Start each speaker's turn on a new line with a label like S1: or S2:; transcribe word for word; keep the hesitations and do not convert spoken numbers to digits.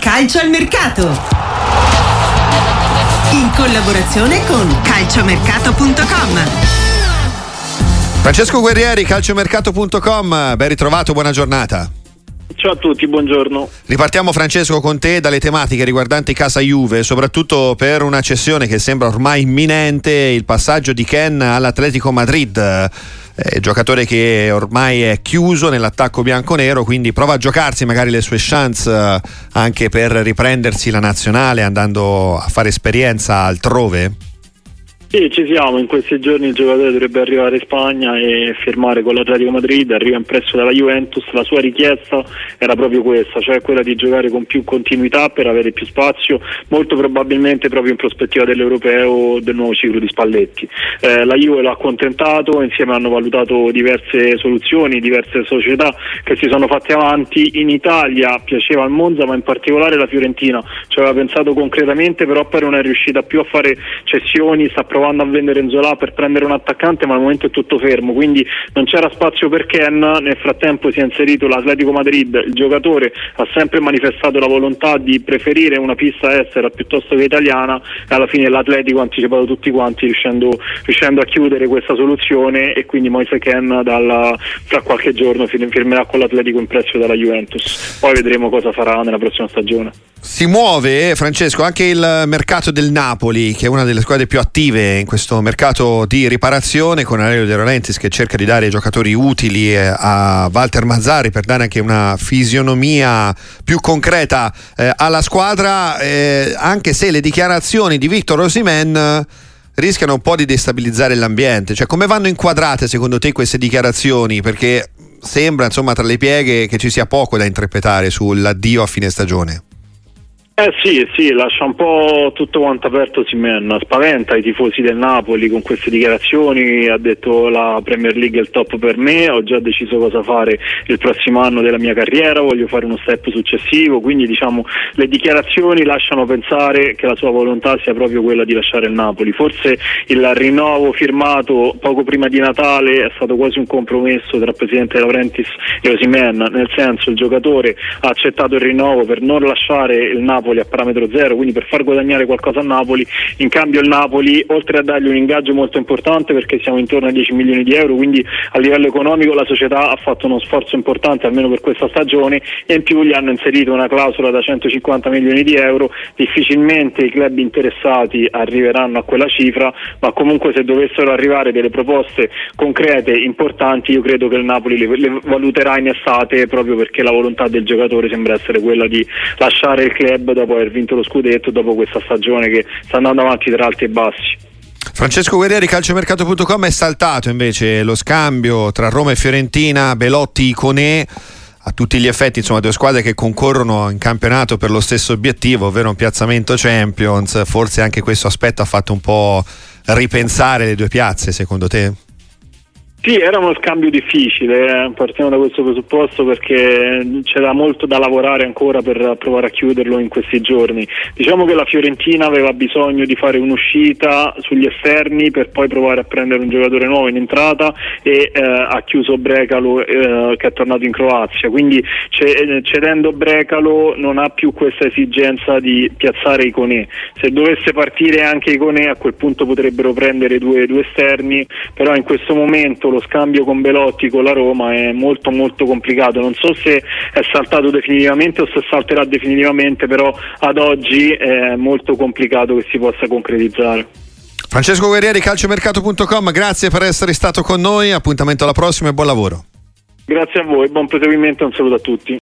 S1: Calcio al mercato, in collaborazione con calciomercato punto com.
S2: Francesco Guerrieri, calciomercato punto com, ben ritrovato, buona giornata.
S3: Ciao a tutti, buongiorno.
S2: Ripartiamo, Francesco, con te dalle tematiche riguardanti casa Juve, soprattutto per una cessione che sembra ormai imminente, il passaggio di Ken all'Atletico Madrid, eh, giocatore che ormai è chiuso nell'attacco bianconero, quindi prova a giocarsi magari le sue chance eh, anche per riprendersi la nazionale andando a fare esperienza altrove.
S3: Sì, ci siamo, in questi giorni il giocatore dovrebbe arrivare in Spagna e firmare con l'Atletico Madrid, arriva in prestito dalla Juventus. La sua richiesta era proprio questa, cioè quella di giocare con più continuità per avere più spazio, molto probabilmente proprio in prospettiva dell'Europeo, del nuovo ciclo di Spalletti. Eh, la Juve l'ha accontentato, insieme hanno valutato diverse soluzioni, diverse società che si sono fatte avanti. In Italia piaceva il Monza, ma in particolare la Fiorentina ci aveva pensato concretamente, però poi non è riuscita più a fare cessioni, sta provando a vendere Nzola per prendere un attaccante, ma al momento è tutto fermo, quindi non c'era spazio per Ken. Nel frattempo si è inserito l'Atletico Madrid, il giocatore ha sempre manifestato la volontà di preferire una pista estera piuttosto che italiana e alla fine l'Atletico ha anticipato tutti quanti riuscendo, riuscendo a chiudere questa soluzione, e quindi Moise Ken dalla, tra qualche giorno firmerà con l'Atletico in prestito dalla Juventus. Poi vedremo cosa farà nella prossima stagione.
S2: Si muove, Francesco, anche il mercato del Napoli, che è una delle squadre più attive in questo mercato di riparazione, con Aurelio De Laurentiis che cerca di dare giocatori utili a Walter Mazzarri per dare anche una fisionomia più concreta eh, alla squadra, eh, anche se le dichiarazioni di Victor Osimhen rischiano un po' di destabilizzare l'ambiente. Cioè, come vanno inquadrate secondo te queste dichiarazioni? Perché sembra, insomma, tra le pieghe che ci sia poco da interpretare sull'addio a fine stagione.
S3: Eh sì, sì, lascia un po' tutto quanto aperto Osimhen, spaventa i tifosi del Napoli con queste dichiarazioni. Ha detto: la Premier League è il top per me, ho già deciso cosa fare il prossimo anno della mia carriera, voglio fare uno step successivo. Quindi diciamo le dichiarazioni lasciano pensare che la sua volontà sia proprio quella di lasciare il Napoli. Forse il rinnovo firmato poco prima di Natale è stato quasi un compromesso tra il presidente De Laurentiis e Osimhen, nel senso il giocatore ha accettato il rinnovo per non lasciare il Napoli a parametro zero, quindi per far guadagnare qualcosa a Napoli. In cambio il Napoli, oltre a dargli un ingaggio molto importante, perché siamo intorno ai dieci milioni di euro, quindi a livello economico la società ha fatto uno sforzo importante almeno per questa stagione, e in più gli hanno inserito una clausola da centocinquanta milioni di euro. Difficilmente i club interessati arriveranno a quella cifra, ma comunque se dovessero arrivare delle proposte concrete importanti, io credo che il Napoli le, le valuterà in estate, proprio perché la volontà del giocatore sembra essere quella di lasciare il club dopo aver vinto lo scudetto, dopo questa stagione che sta andando avanti tra alti e bassi.
S2: Francesco Guerrieri, calciomercato punto com, è saltato invece lo scambio tra Roma e Fiorentina, Belotti-Iconè, a tutti gli effetti insomma due squadre che concorrono in campionato per lo stesso obiettivo, ovvero un piazzamento Champions. Forse anche questo aspetto ha fatto un po' ripensare le due piazze, secondo te?
S3: Sì, era uno scambio difficile, eh. partiamo da questo presupposto, perché c'era molto da lavorare ancora per provare a chiuderlo in questi giorni. Diciamo che la Fiorentina aveva bisogno di fare un'uscita sugli esterni per poi provare a prendere un giocatore nuovo in entrata, e eh, ha chiuso Brecalo eh, che è tornato in Croazia, quindi cedendo Brecalo non ha più questa esigenza di piazzare Iconè. Se dovesse partire anche Iconè, a quel punto potrebbero prendere due, due esterni, però in questo momento lo scambio con Belotti con la Roma è molto molto complicato. Non so se è saltato definitivamente o se salterà definitivamente, però ad oggi è molto complicato che si possa concretizzare.
S2: Francesco Guerrieri, calciomercato punto com, grazie per essere stato con noi, appuntamento alla prossima e buon lavoro.
S3: Grazie a voi, buon proseguimento e un saluto a tutti.